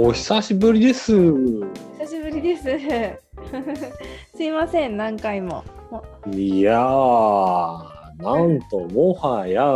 お久しぶりです。 久しぶりです。すいません、何回も。 いやー、なんともはや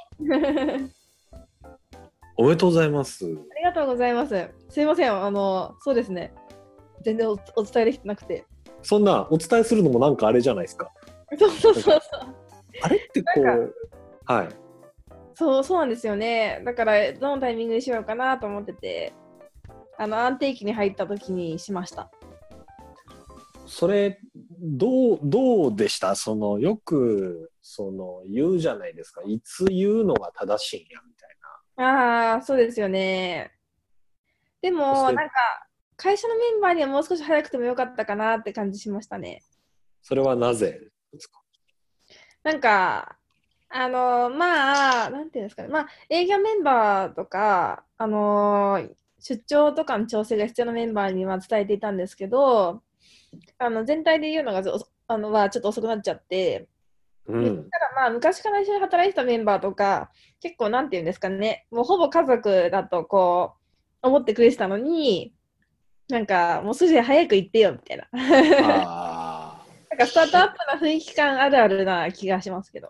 おめでとうございます。 ありがとうございます。すいません、そうですね。全然お伝えできてなくて。 そんなお伝えするのもなんかあれじゃないですか。 そう。 あれってこう、はい。 そうなんですよね。だからどのタイミングでしようかなと思ってて、安定期に入った時にしました。 それどうでした？よく言うじゃないですか。いつ言うのが正しいんやみたいああ、そうですよね。でな。そも、 して会社のメンバーにはもう少し早くてもよかったかなって感じしましたね。 それはなぜですか？ なんか、なんていうんですかね、営業メンバーとか、出張とかの調整が必要なメンバーには伝えていたんですけど、全体で言うのがはちょっと遅くなっちゃって、でただ昔から一緒に働いてたメンバーとか、結構なんていうんですかね、もうほぼ家族だとこう、思ってくれてたのに、もう筋早く行ってよ、みたいな。 ああ。 スタートアップな雰囲気感あるあるな気がしますけど。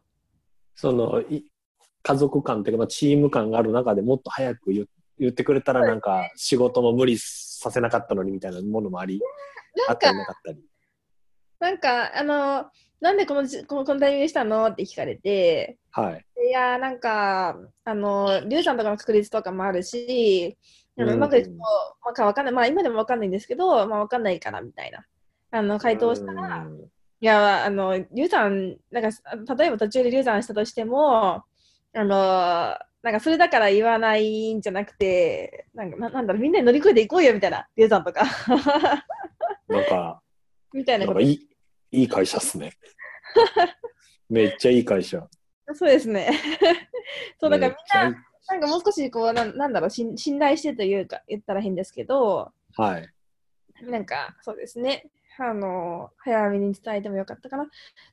家族間というか、チーム感がある中でもっと早く言ってくれたらなんか仕事も無理させなかったのにみたいなものもあったりなかったり。 なんか、なんでこのタイミングしたのって聞かれて、 はい。 いやー、リュウさんとかの確率とかもあるし、うまくいくと、わかんない。今でもわかんないんですけど、わかんないから、みたいな。回答したら、いや、リュウさん、例えば途中でリュウさんしたとしても、それだから言わないんじゃなくて、なんだろう、みんなで乗り越えていこうよ、みたいな、リュウさんとか。 なんか、 みたいなこと。 いい会社っすね。めっちゃいい会社。 そうですね。そう、だめからっちゃいい。 みんな、もう少しこう、なんだろう、信頼してというか、言ったら変ですけど、 はい。 そうですね。早めに伝えてもよかったかな。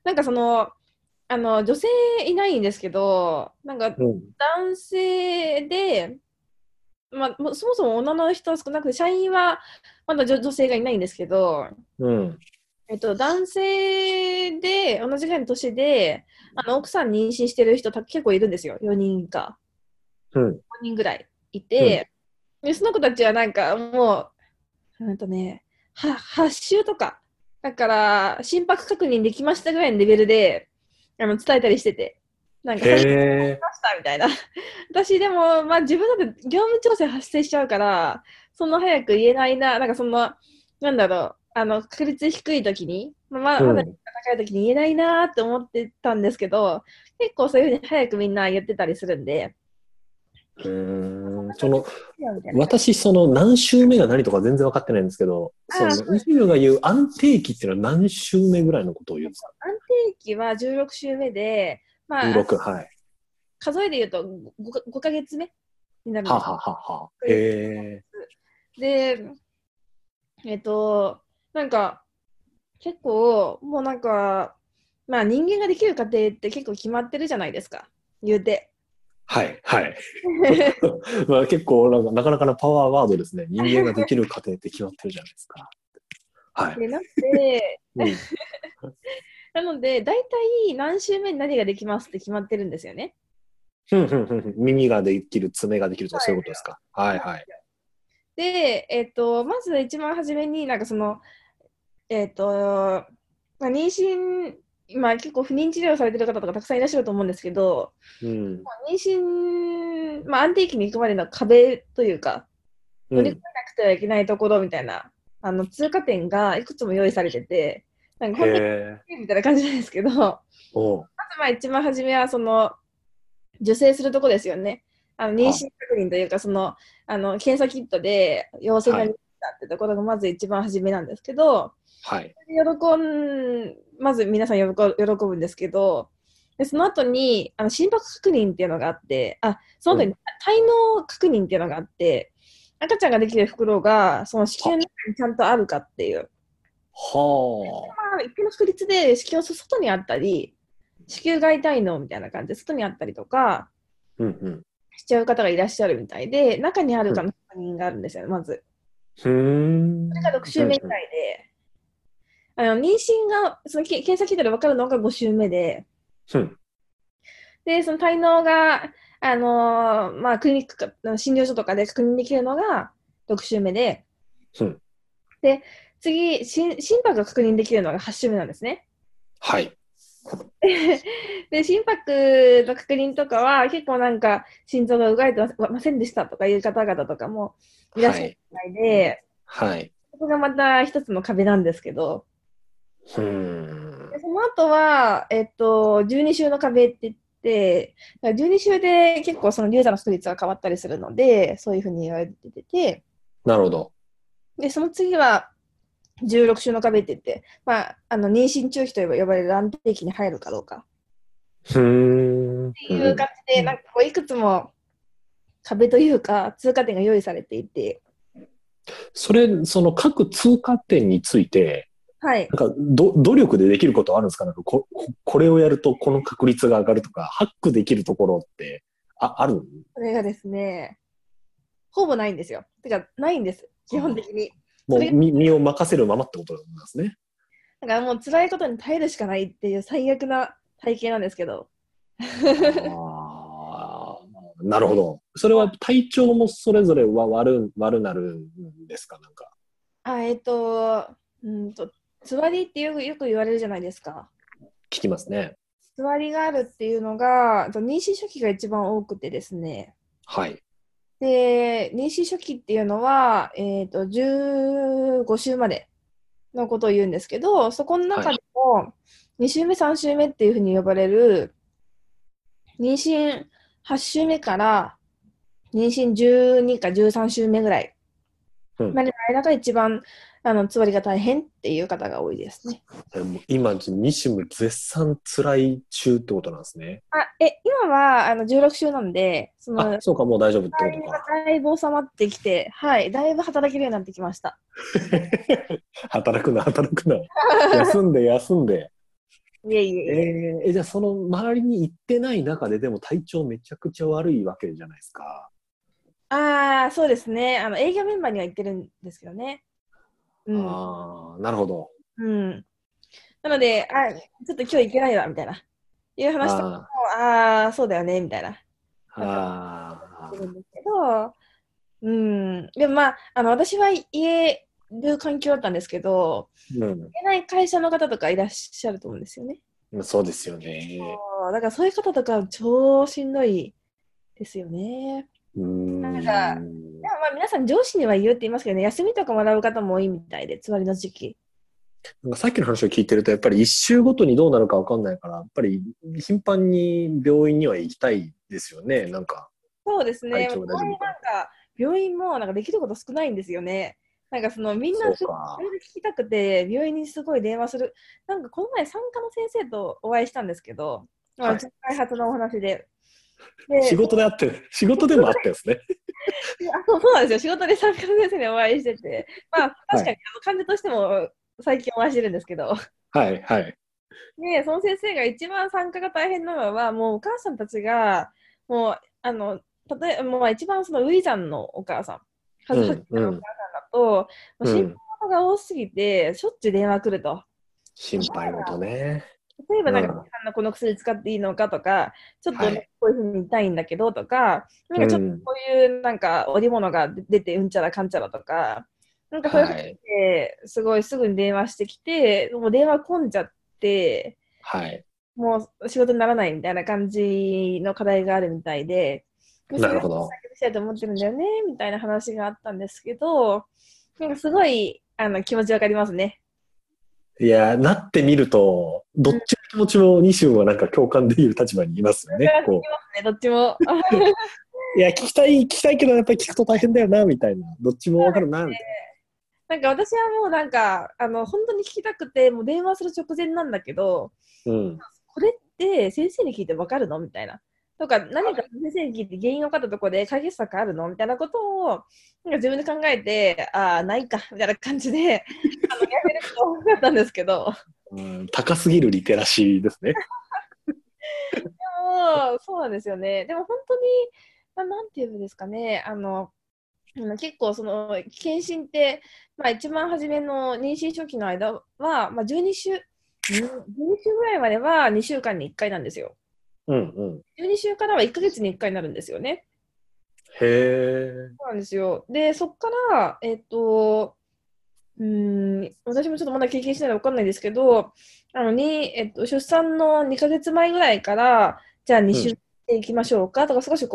女性いないんですけど、男性で、もうそもそも女の人は少なくて、社員はまだ女性がいないんですけど、男性で、同じぐらいの年で、奥さん妊娠してる人結構いるんですよ。4人か。5人ぐらいいて、で、その子たちはもう、8週とか、だから、心拍確認できましたぐらいのレベルで、伝えたりしてて、最初にへましたみたいな。私でも、自分だって業務調整発生しちゃうから、そんな早く言えないな、なんだろう、確率低い時に、まだ高い時に言えないなって思ってたんですけど、結構そういうふうに早くみんな言ってたりするんで、 私、何週目が何とか全然分かってないんですけど、西野が言う安定期っていうのは何週目ぐらいのことを言うんですか？ 安定期は16週目で、 16、はい。 数えで言うと 5ヶ月目になるんです。 へで、結構、もう人間ができる過程って結構決まってるじゃないですか、言うて。 はい。結構なかなかなパワーワードですね。人間ができる過程って決まってるじゃないですか。はい。 なので、大体何週目に何ができますって決まってるんですよね。 耳ができる、爪ができるとかそういうことですか。はい。 で、まず一番初めに、妊娠、結構不妊治療されてる方とかたくさんいらっしゃると思うんですけど、妊娠、安定期に行くまでの壁というか、乗り越えなくてはいけないところみたいな、通過点がいくつも用意されてて、本当にみたいな感じなんですけど、まず一番初めは受精するとこですよね。妊娠確認というか、検査キットで陽性になりましたってところがまず一番初めなんですけど、まず皆さん喜ぶんですけど、でその後に心拍確認っていうのがあって、その後に胎能確認っていうのがあって、赤ちゃんができる袋がその子宮の中にちゃんとあるかっていう。一定の確率で子宮の外にあったり、子宮外胎嚢みたいな感じで外にあったりとかしちゃう方がいらっしゃるみたいで、中にあるかの確認があるんですよね、まず。 それが6週目ぐらいで、妊娠が、その検査キットで分かるのが5週目で、で、その胎嚢が、まあ、クリニックか、診療所とかで確認できるのが6週目で、で、次、心拍が確認できるのが8週目なんですね。 はい。 で、心拍の確認とかは、結構なんか、心臓が動いてませんでしたとかいう方々とかもいらっしゃるみたいで、 はい。 そこがまた一つの壁なんですけど、でその後は、12週の壁って言って、12週で結構その流産の確率が変わったりするので、そういうふうに言われてて、 なるほど。 で、その次は16週の壁って言って、まあ、妊娠中期と呼ばれる安定期に入るかどうか。っていう感じで、なんかこういくつも壁というか通過点が用意されていて。 その各通過点について、 はい。 なんか努力でできることはあるんですか？なんかこれをやるとこの確率が上がるとか、ハックできるところってある？ それがですね、ほぼないんですよ。てか、ないんです。基本的に。 もう身を任せるままってことなんですね。 だからもう辛いことに耐えるしかないっていう最悪な体型なんですけど。 なるほど。それは体調もそれぞれは悪なるんですか？なんか。 つわりってよく言われるじゃないですか。 聞きますね。 つわりがあるっていうのが、妊娠初期が一番多くてですね。 はい。 で、妊娠初期っていうのは、15週までのことを言うんですけど、そこの中でも、2週目、3週目っていうふうに呼ばれる、妊娠8週目から妊娠12か13週目ぐらいまでの間が一番つわりが大変っていう方が多いですね。 今、西村絶賛辛い中ってことなんですね。 今は16週なんで、 そうか、もう大丈夫ってことか。 だいぶ収まってきて、はい、だいぶ働けるようになってきました。 働くな。休んで。 いえいえ。 じゃあその周りに行ってない中ででも体調めちゃくちゃ悪いわけじゃないですか。 そうですね。営業メンバーには行ってるんですけどね。 なるほど。 なので、ちょっと今日行けないわ、みたいな。いう話とかも、そうだよね、みたいな。なんか、るんですけど、でもまあ、私は言える環境だったんですけど、言えない会社の方とかいらっしゃると思うんですよね。 そうですよね。 だからそういう方とか超しんどいですよね。なんか、でもまあ皆さん上司には言うって言いますけどね、休みとかもらう方も多いみたいで、つわりの時期。 なんかさっきの話を聞いてると、やっぱり一週ごとにどうなるか分かんないから、やっぱり頻繁に病院には行きたいですよね、なんか。 そうですね。 体調大丈夫か。 なんか病院もなんかできること少ないんですよね。なんかみんなそれで聞きたくて、病院にすごい電話する。なんかこの前、産科の先生とお会いしたんですけど、開発のお話で。 仕事でもあったんですね。 そうなんですよ。仕事で産科の先生にお会いしてて、まあ確かに患者としても最近お会いしてるんですけど。 はい。 で、その先生が一番産科が大変なのは、もうお母さんたちが、もう、例えば、もう一番そのウィザンのお母さん、初めてのお母さんだと、心配事が多すぎて、しょっちゅう電話来ると。 心配事ね。 例えば、なんか、この薬使っていいのかとか、ちょっとこういうふうに痛いんだけどとか、なんかちょっとこういうなんか織物が出てうんちゃらかんちゃらとか、なんかそういうふうにすごいすぐに電話してきて、もう電話混んじゃって、もう仕事にならないみたいな感じの課題があるみたいで、 なるほど。 解決したいと思ってるんだよねみたいな話があったんですけど、なんかすごい気持ちわかりますね。 いや、なってみると、どっちの気持ちも西村はなんか共感できる立場にいますよね。 どっちも。 いや、聞きたいけど、やっぱり聞くと大変だよな、みたいな。どっちもわかるな、みたいな。なんか私はもうなんか、本当に聞きたくて、もう電話する直前なんだけど、これって先生に聞いてわかるのみたいな。とか、何か先生に聞いて原因を分かったところで解決策あるのみたいなことをなんか自分で考えて、ないかみたいな感じでやめると思ったんですけど。 高すぎるリテラシーですね。 でも、そうなんですよね。でも本当に、なんていうんですかね、 結構検診って、一番初めの妊娠初期の間は、12週ぐらいまでは2週間に1回なんですよ。12週からは1ヶ月に1回になるんですよね。 へえ。 そうなんですよ。で、そこから、私もちょっとまだ経験してないので分かんないですけど、出産の2ヶ月前ぐらいから、じゃあ2週していきましょうかとか、少し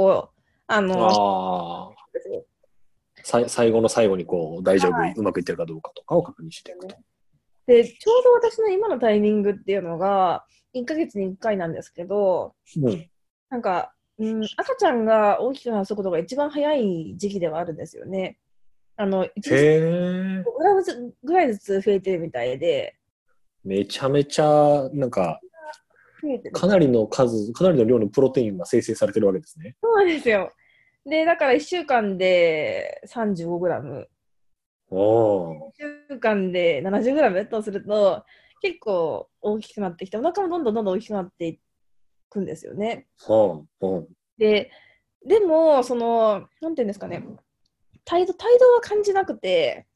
最後の最後に大丈夫、 はい、 うまくいってるかどうかとかを確認していくと。 で、ちょうど私の今のタイミングっていうのが、1ヶ月に1回なんですけど、なんか、赤ちゃんが大きくなる速度が一番早い時期ではあるんですよね。1日5グラムぐらいずつ増えてるみたいで。 めちゃめちゃ、かなりの量のプロテインが生成されてるわけですね。 そうなんですよ。で、だから1週間で35グラム。1週間で70グラムとすると、結構大きくなってきて、お腹もどんどん大きくなっていくんですよね。でも、なんていうんですかね、態度は感じなくて、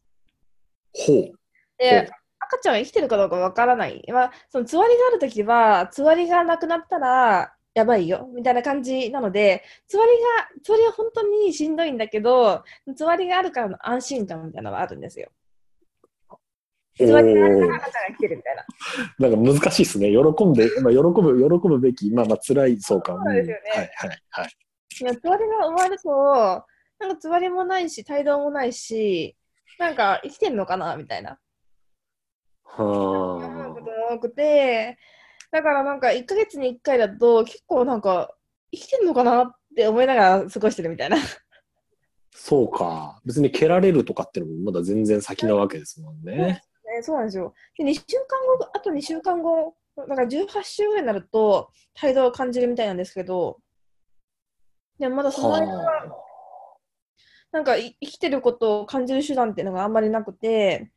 で、赤ちゃんが生きてるかどうかわからない。そのつわりがあるときは、つわりがなくなったら、やばいよ、みたいな感じなので、つわりは本当にしんどいんだけど、つわりがあるからの安心感みたいなのがあるんですよ。つわりがあるから赤ちゃんが来てるみたいな。 なんか難しいですね。喜ぶべき、辛い、そうか。 そうですよね。いや、つわりが終わると、なんかつわりもないし、態度もないし、なんか生きてるのかなみたいな。思うことも多くて、だからなんか1ヶ月に1回だと結構なんか生きてるのかなって思いながら過ごしてるみたいな。 そうか。別に蹴られるとかってのもまだ全然先なわけですもんね。 そうなんですよ。で、あと2週間後、なんか18週ぐらいになると態度を感じるみたいなんですけど、でもまだその間は、なんか生きてることを感じる手段っていうのがあんまりなくて、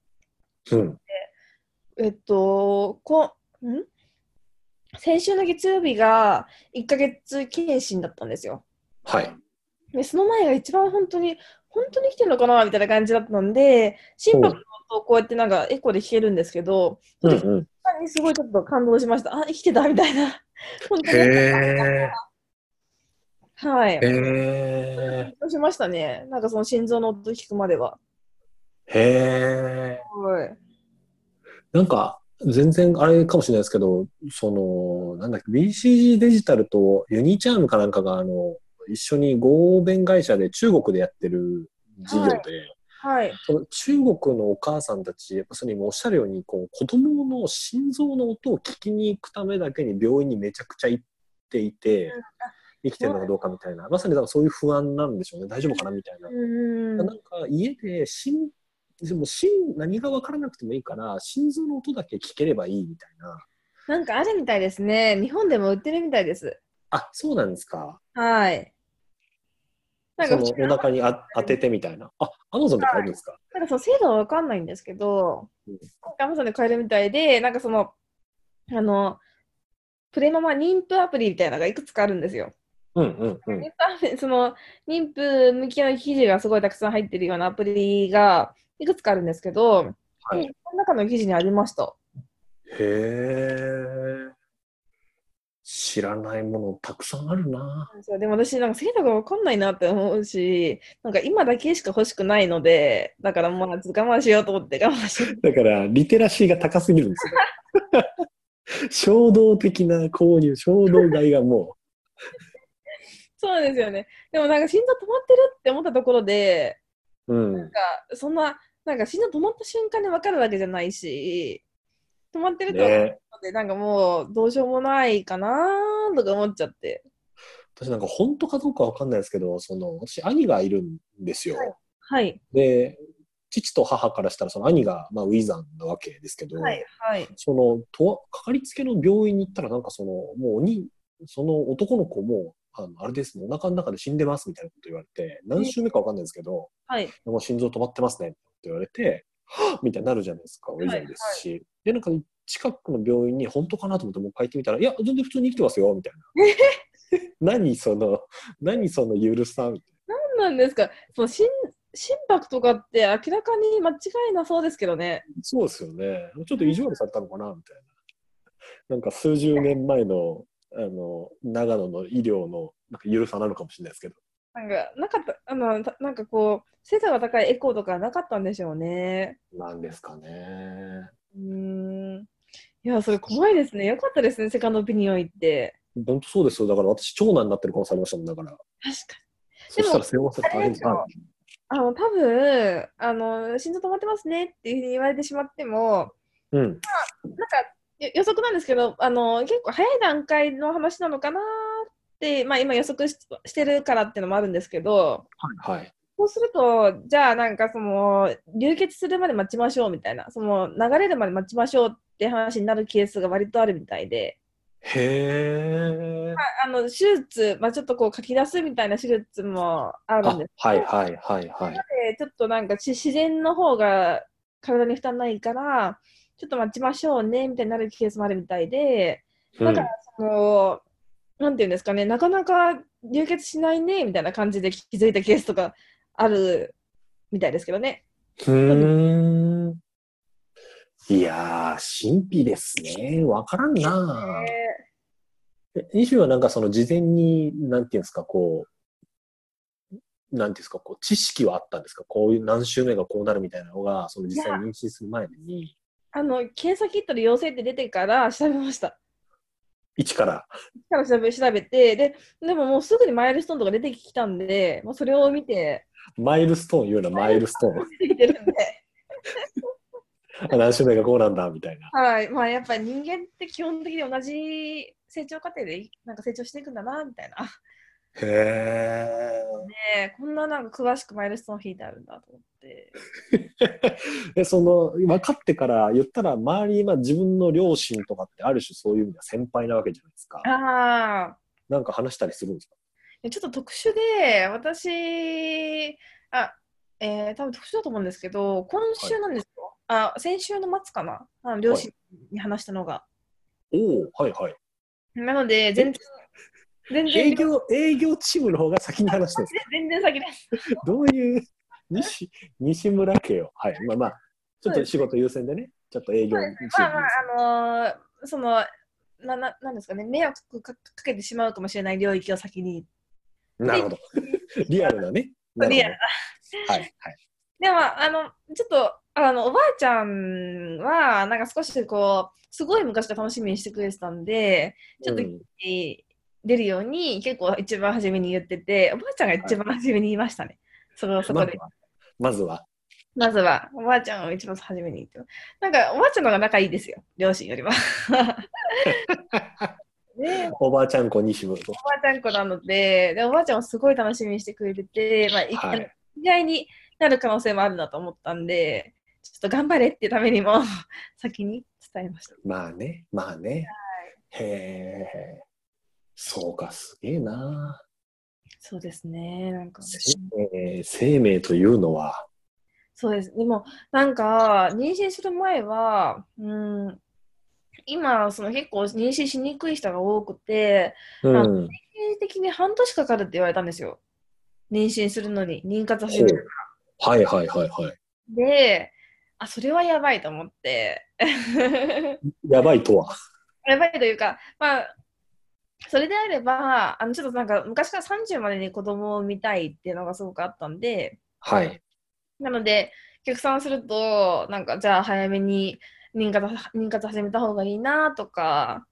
えっと、こ、ん先週の月曜日が1ヶ月検診だったんですよ。で、その前が一番本当に来てるのかなみたいな感じだったんで、心拍の音をこうやってなんかエコーで聞けるんですけど、その時にすごいちょっと感動しました。あ、生きてたみたいな。本当に。はい。感動しましたね。なんかその心臓の音聞くまでは。 なんか、全然あれかもしれないですけど、BCG デジタルとユニチャームかなんかが、一緒に合弁会社で中国でやってる事業で、その中国のお母さんたち、やっぱおっしゃるように、子供の心臓の音を聞きに行くためだけに病院にめちゃくちゃ行っていて、生きてるのかどうかみたいな、まさにそういう不安なんでしょうね。大丈夫かなみたいな。なんか家で何が分からなくてもいいから、心臓の音だけ聞ければいいみたいな。 なんかあるみたいですね。日本でも売ってるみたいです。 あ、そうなんですか。 はい。 なんかお腹に当ててみたいな。あ、アマゾンで買えるんですか？ なんかその精度は分かんないんですけど、アマゾンで買えるみたいで、なんかプレママ妊婦アプリみたいなのがいくつかあるんですよ。その妊婦向きの記事がすごいたくさん入ってるようなアプリがいくつかあるんですけど、その中の記事にありました。 へえ。知らないものたくさんあるな。 でも私、なんか精度が分かんないなって思うし、なんか今だけしか欲しくないので、だからまあちょっと我慢しようと思って我慢して。 だから、リテラシーが高すぎるんですよ。衝動的な購入、衝動買いがもう。 そうですよね。でもなんか心臓止まってるって思ったところで、なんかそんな、なんか心臓止まった瞬間に分かるわけじゃないし、止まってると思うので、なんかもうどうしようもないかなとか思っちゃって。 私なんか本当かどうかわかんないですけど、私兄がいるんですよ。 はい。 で、父と母からしたら兄が、ウィザンなわけですけど、かかりつけの病院に行ったらなんかもうその男の子も、あれです、お腹の中で死んでますみたいなこと言われて、何週目かわかんないですけど、もう心臓止まってますねって言われて、はぁみたいになるじゃないですか、ウィザンですし。で、なんか近くの病院に本当かなと思ってもう一回行ってみたら、いや、全然普通に生きてますよ、みたいな。何そのゆるさみたいな。 なんなんですか。心拍とかって明らかに間違いなそうですけどね。 そうですよね。ちょっと意地悪されたのかなみたいな。なんか数十年前の、長野の医療のなんか緩さなのかもしれないですけど。 なかった、なんかこう、精度が高いエコーとかなかったんでしょうね。 なんですかね。 いや、それ怖いですね。よかったですね、セカンドオピニオン行って。 本当そうですよ。だから私、長男になってる可能性ありましたもんだから。 確かに。 そでも、 したら背負わせ大変だ。 多分、心臓止まってますねっていうふうに言われてしまっても、 うん。 なんか予測なんですけど、結構早い段階の話なのかなって、まあ今予測してるからっていうのもあるんですけど、 はい。 そうすると、じゃあなんか流血するまで待ちましょうみたいな、流れるまで待ちましょうって話になるケースが割とあるみたいで、 へえ。 手術、ちょっとこう書き出すみたいな手術もあるんですけど、ちょっとなんか自然の方が体に負担ないから、ちょっと待ちましょうねみたいになるケースもあるみたいで、だからなんていうんですかね、なかなか流血しないねみたいな感じで気づいたケースとかあるみたいですけどね。 いやー、神秘ですね。わからんな。イシュはなんか事前に、なんていうんですか、なんていうんですか、知識はあったんですか？こういう何週目がこうなるみたいなのが、実際に妊娠する前に。 検査キットで陽性って出てから調べました。 一から。 調べて、でももうすぐにマイルストーンとか出てきたんで、もうそれを見て。 マイルストーン言うな、マイルストーン。 出てきてるんで。 何週目がこうなんだ、みたいな。 はい。やっぱり人間って基本的に同じ成長過程でなんか成長していくんだな、みたいな。 へね、こんななんか詳しくマイルストーン引いてあるんだと思って。 で、分かってから言ったら、周り、自分の両親とかってある種そういう意味では先輩なわけじゃないですか。 ああ。 なんか話したりするんですか？ ちょっと特殊で、私、多分特殊だと思うんですけど、今週なんですよ。先週の末かな。両親に話したのが。 おお、はいはい。 なので、全然営業チームの方が先に話してるんですか？ 全然先です。 どういう西村家よ。はい。ちょっと仕事優先でね、ちょっと営業チーム優先。 なんですかね、迷惑かけてしまうかもしれない領域を先に。 なるほど。リアルなね。なるほど。はい。はい。 でも、ちょっと、おばあちゃんは、なんか少しすごい昔から楽しみにしてくれてたんで、ちょっと、出るように結構一番初めに言ってて、おばあちゃんが一番初めに言いましたね。そこで。 まずは、 おばあちゃんを一番初めに言って。なんか、おばあちゃんの方が仲いいですよ。両親よりは。 おばあちゃん子西村と。 おばあちゃん子なので、おばあちゃんもすごい楽しみにしてくれてて、意外になる可能性もあるなと思ったんで、ちょっと頑張れっていうためにも先に伝えました。 まあね。はい、へえ。そうか、すげえな。 そうですね。なんか生命というのは。 そうです。でも、なんか、妊娠する前は、今、結構妊娠しにくい人が多くて、定的に半年かかるって言われたんですよ。妊娠するのに、妊活始めるから。はい。 で、それはやばいと思って。 やばいとは。 やばいというか、それであれば、ちょっとなんか昔から30までに子供を産みたいっていうのがすごくあったんで、 はい。 なので、逆算すると、なんかじゃあ早めに妊活始めた方がいいなとか、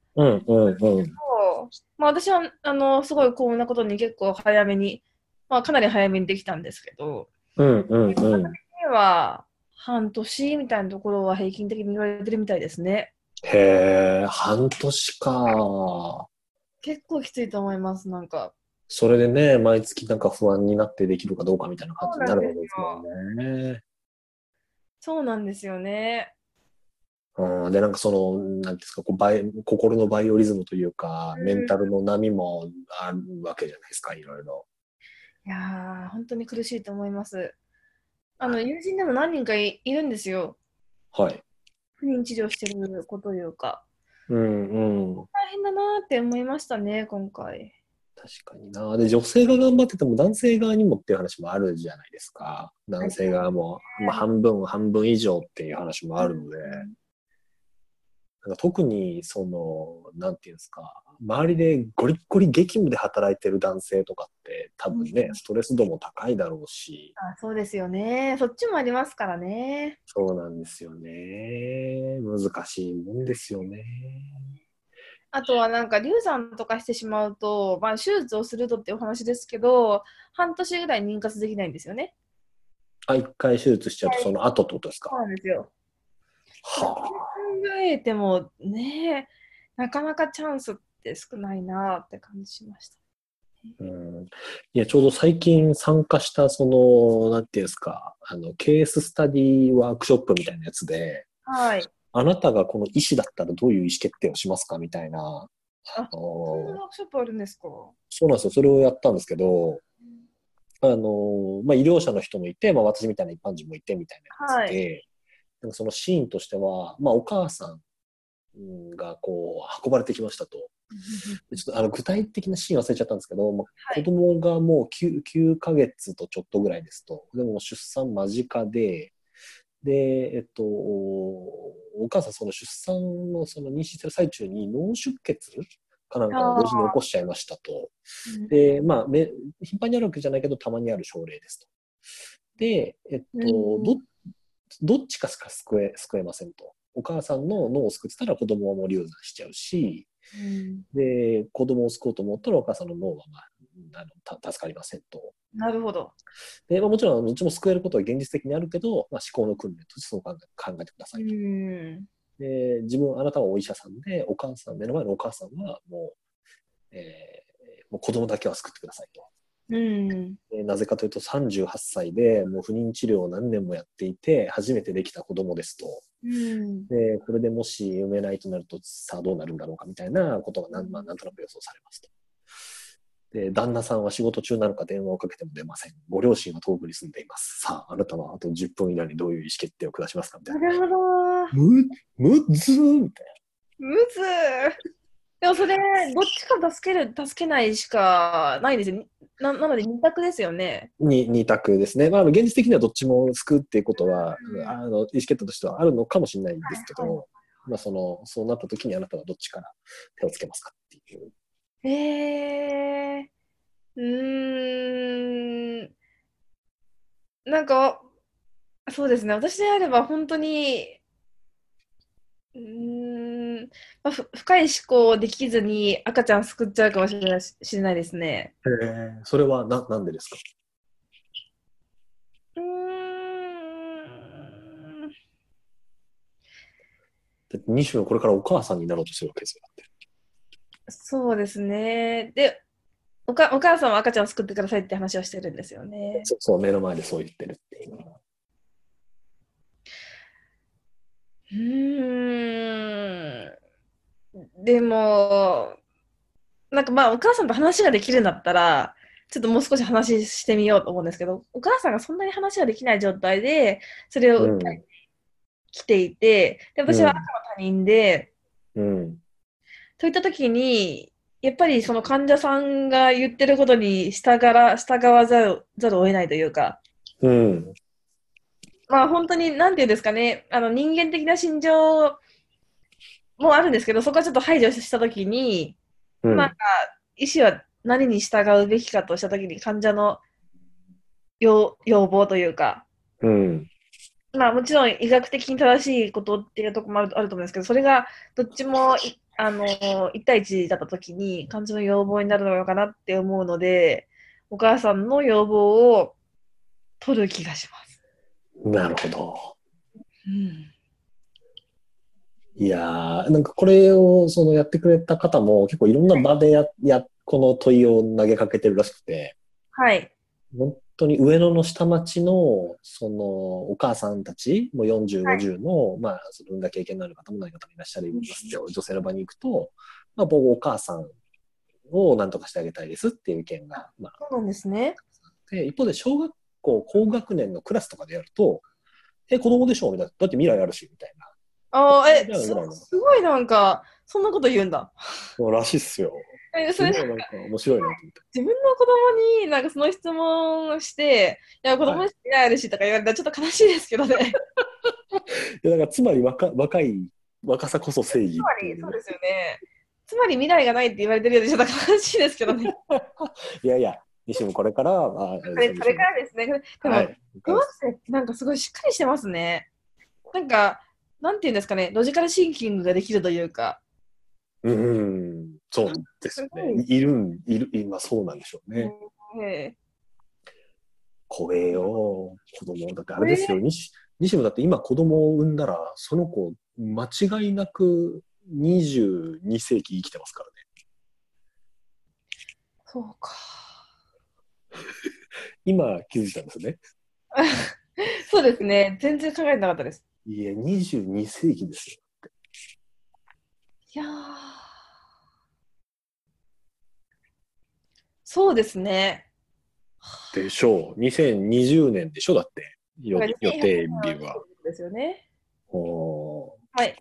私はすごい幸運なことに結構早めに、かなり早めにできたんですけど、 私的には半年みたいなところは平均的に言われてるみたいですね。 へえ、半年か。 結構きついと思います、なんか。 それでね、毎月なんか不安になってできるかどうかみたいな感じになるわけですもんね。 そうなんですよね。 で、なんかなんですか、心のバイオリズムというか、メンタルの波もあるわけじゃないですか、いろいろ。 いやー、本当に苦しいと思います。友人でも何人かいるんですよ。 はい。 不妊治療してる子というか。 大変だなーって思いましたね、今回。 確かにな。で、女性が頑張ってても男性側にもっていう話もあるじゃないですか。男性側も、まあ、半分以上っていう話もあるので、なんか特になんていうんですか、周りでゴリッゴリ激務で働いてる男性とかって多分ね、ストレス度も高いだろうし。 そうですよね。そっちもありますからね。 そうなんですよね。難しいもんですよね。 あとはなんか流産とかしてしまうと、まあ、手術をするとっていうお話ですけど、半年ぐらい妊活できないんですよね。 一回手術しちゃうとその後ってことですか？ そうなんですよ。 はあ。 考えてもね、なかなかチャンスって少ないなって感じしました。 いや、ちょうど最近参加した、なんていうんですか、ケーススタディワークショップみたいなやつで、 はい。 あなたがこの医師だったらどういう意思決定をしますかみたいな、 そんなワークショップあるんですか？ そうなんですよ。それをやったんですけど、まあ、医療者の人もいて、まあ、私みたいな一般人もいてみたいなやつで、なんかそのシーンとしては、まあ、お母さんがこう運ばれてきましたと。ちょっと具体的なシーン忘れちゃったんですけど、まあ、子供がもう 9ヶ月とちょっとぐらいですと。でも出産間近で、で、お母さんその出産のその妊娠してる最中に脳出血かなんかを同時に起こしちゃいましたと。で、まあ、頻繁にあるわけじゃないけど、たまにある症例ですと。で、どっちかしか救えませんと。お母さんの脳を救ってたら子供はもう流産しちゃうし、で、子供を救おうと思ったらお母さんの脳は、まあ、助かりませんと。 なるほど。 で、まあ、もちろん、どっちも救えることは現実的にあるけど、まあ、思考の訓練としてそう考えてくださいと。で、あなたはお医者さんで、目の前のお母さんはもう子供だけは救ってくださいと。なぜかというと38歳でもう不妊治療を何年もやっていて初めてできた子供ですと。でこれでもし産めないとなるとさあどうなるんだろうかみたいなことがなんとなく予想されますと。で旦那さんは仕事中なのか電話をかけても出ません。ご両親は遠くに住んでいます。さああなたはあと10分以内にどういう意思決定を下しますかみたいな。 なるほど。 むずーみたいな。むずー。でもそれ、どっちか助けないしかないですよ。なので2択ですよね。 2択ですね。まあ、現実的にはどっちも救うっていうことは、意思決定としてはあるのかもしれないんですけど、まあ、そうなった時にあなたはどっちから手をつけますかっていう。 なんか、そうですね。私であれば本当に、まあ、深い思考できずに赤ちゃん救っちゃうかもしれないですね。 それはなんでですか？だって西野これからお母さんになろうとするわけですよ。 そうですね。で、お母さんは赤ちゃんを救ってくださいって話をしてるんですよね。 そう、目の前でそう言ってるっていう。 でも、なんかまあお母さんと話ができるんだったら、ちょっともう少し話してみようと思うんですけど、お母さんがそんなに話ができない状態で、それを訴えてきていて、で、私は赤の他人で、といったときに、やっぱりその患者さんが言ってることに従わざるを得ないというか、まあ本当に、なんていうんですかね、人間的な心情もあるんですけど、そこはちょっと排除したときに、まあ、医師は何に従うべきかとしたときに患者の要望というか、まあもちろん医学的に正しいことっていうところもあると思うんですけど、それがどっちも1対1だったときに患者の要望になるのかなって思うので、お母さんの要望を取る気がします。 なるほど。いやー、なんかこれをやってくれた方も結構いろんな場でこの問いを投げかけてるらしくて、 はい。 本当に上野の下町のお母さんたちも40、50の、まあ、産んだ経験のある方もない方もいらっしゃるますって女性の場に行くと、まあ、お母さんを何とかしてあげたいですっていう意見が、まあ、 そうなんですね。 で一方で小学校高学年のクラスとかでやると、子供でしょみたいな、だって未来あるしみたいな。 すごいなんか、そんなこと言うんだ。 そうらしいっすよ。 それなんか面白いなと思って。 自分の子供になんかその質問をして、いや、子供に好きがあるしとか言われたらちょっと悲しいですけどね。 いやだからつまり若さこそ正義っていう、ね。 そうですよね。つまり未来がないって言われてるようでちょっと悲しいですけどね。 いやいや、西もこれからは、 これからですね。でも、小学生ってなんかすごいしっかりしてますね。なんか、なんていうんですかね、ロジカルシンキングができるというか。 そうですよね。今そうなんでしょうね。怖えよ、子供。だってあれですよ、西もだって今子供を産んだら、その子、間違いなく22世紀生きてますからね。 そうか。 今気づいたんですね。 そうですね。全然考えてなかったです。 いや、22世紀ですよ。 いやー。そうですね。 でしょう。2020年でしょだって。予定日は。 ですよね。 はい。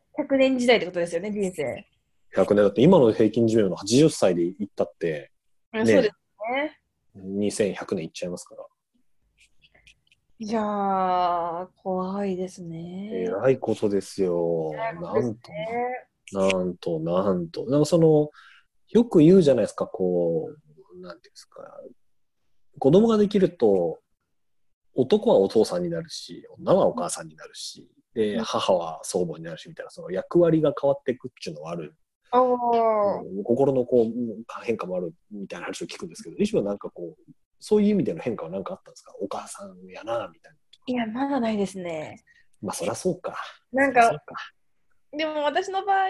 100年時代ってことですよね、人生。 100年だって今の平均寿命の80歳でいったって、 ね、そうですね。 2100年いっちゃいますから。 いやー、怖いですね。 えらいことですよ。なんと。なんかその、よく言うじゃないですか、こう、なんていうんですか。子供ができると、男はお父さんになるし、女はお母さんになるし、で、母は祖母になるし、みたいな、その役割が変わっていくっていうのはある。心のこう変化もあるみたいな話を聞くんですけど、西はなんかこう、そういう意味での変化は何かあったんですか？お母さんやな、みたいな。 いや、まだないですね。 まあ、そりゃそうか。 なんか、でも私の場合、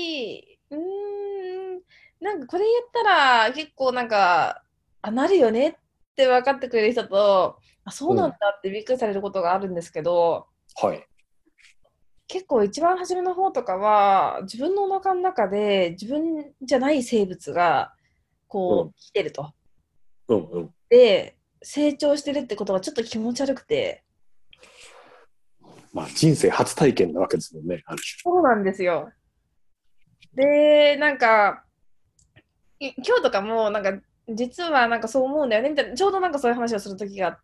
なんかこれ言ったら結構なんか、なるよねって分かってくれる人と、そうなんだってびっくりされることがあるんですけど、 はい。 結構一番初めの方とかは、自分のお腹の中で自分じゃない生物が、こう、来てると。で、成長してるってことがちょっと気持ち悪くて。 まあ、人生初体験なわけですもんね、ある種。 そうなんですよ。で、なんか、今日とかも、なんか、実はなんかそう思うんだよねみたいな、ちょうどなんかそういう話をする時があって、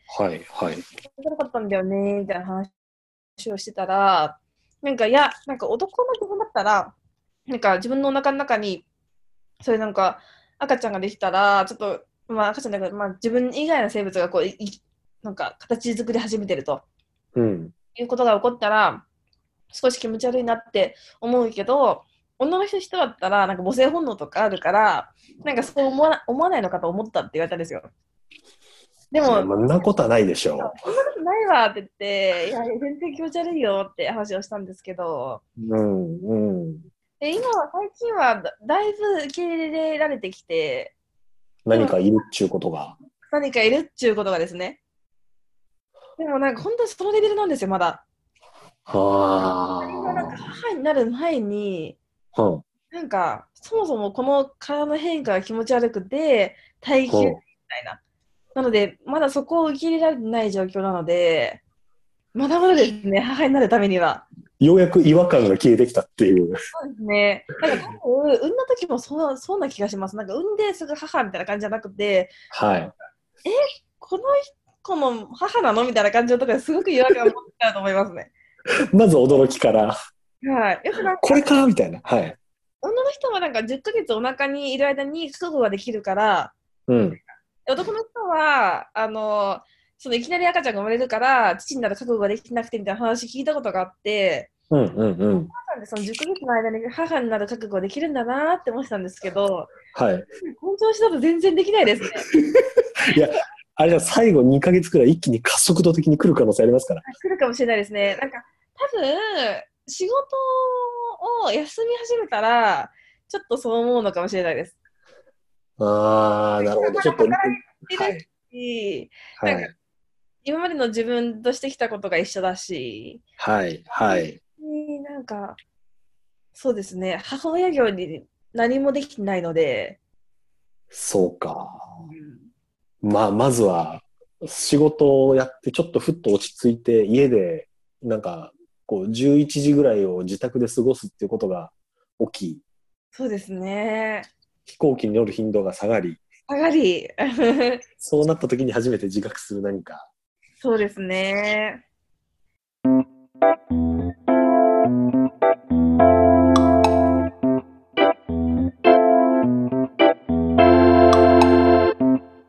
はいはい。 面白かったんだよねみたいな話をしてたら、なんか、いや、なんか男の自分だったら、なんか自分のお腹の中に、そういうなんか赤ちゃんができたら、ちょっと、まあ赤ちゃんだけど、まあ自分以外の生物がこう、なんか形作り始めてると、いうことが起こったら、少し気持ち悪いなって思うけど、女の人だったら、なんか母性本能とかあるから、なんかそう思わないのかと思ったって言われたんですよ。でも、 そんなことはないでしょう。 そんなことないわって言って、いや、全然気持ち悪いよって話をしたんですけど、で今は最近はだいぶ受け入れられてきて、 何かいるっちゅうことが。 何かいるっちゅうことがですね。でもなんか本当にそのレベルなんですよ、まだ。なんか母になる前に、なんかそもそもこの体の変化が気持ち悪くて、耐久みたいな。なので、まだそこを受け入れられてない状況なので、まだまだですね、母になるためには。 ようやく違和感が消えてきたっていう。 そうですね。なんか多分、産んだ時もそうな気がします。なんか産んですぐ母みたいな感じじゃなくて、 はい。 この子の母なのみたいな感じのところですごく違和感を持ってたと思いますね。 まず驚きから。 はい。よくなんかこれかみたいな。はい。 女の人はなんか10ヶ月お腹にいる間に覚悟ができるから、男の人は、そのいきなり赤ちゃんが生まれるから、父になる覚悟ができなくてみたいな話聞いたことがあって、お母さんでその10ヶ月の間に母になる覚悟ができるんだなって思ってたんですけど、 はい。 本調子だと全然できないですね。 いや、あれじゃ最後2ヶ月くらい一気に加速度的に来る可能性ありますから。 来るかもしれないですね。なんか、多分、仕事を休み始めたら、ちょっとそう思うのかもしれないです。 なるほど。ちょっと。 なんか今までの自分としてきたことが一緒だし、なんか、そうですね、母親業に何もできてないので。 そうか。まずは、仕事をやってちょっとふっと落ち着いて、家で、なんか、こう、11時ぐらいを自宅で過ごすっていうことが大きい。 そうですね。 飛行機に乗る頻度が下がり、そうなった時に初めて自覚する何か。 そうですね。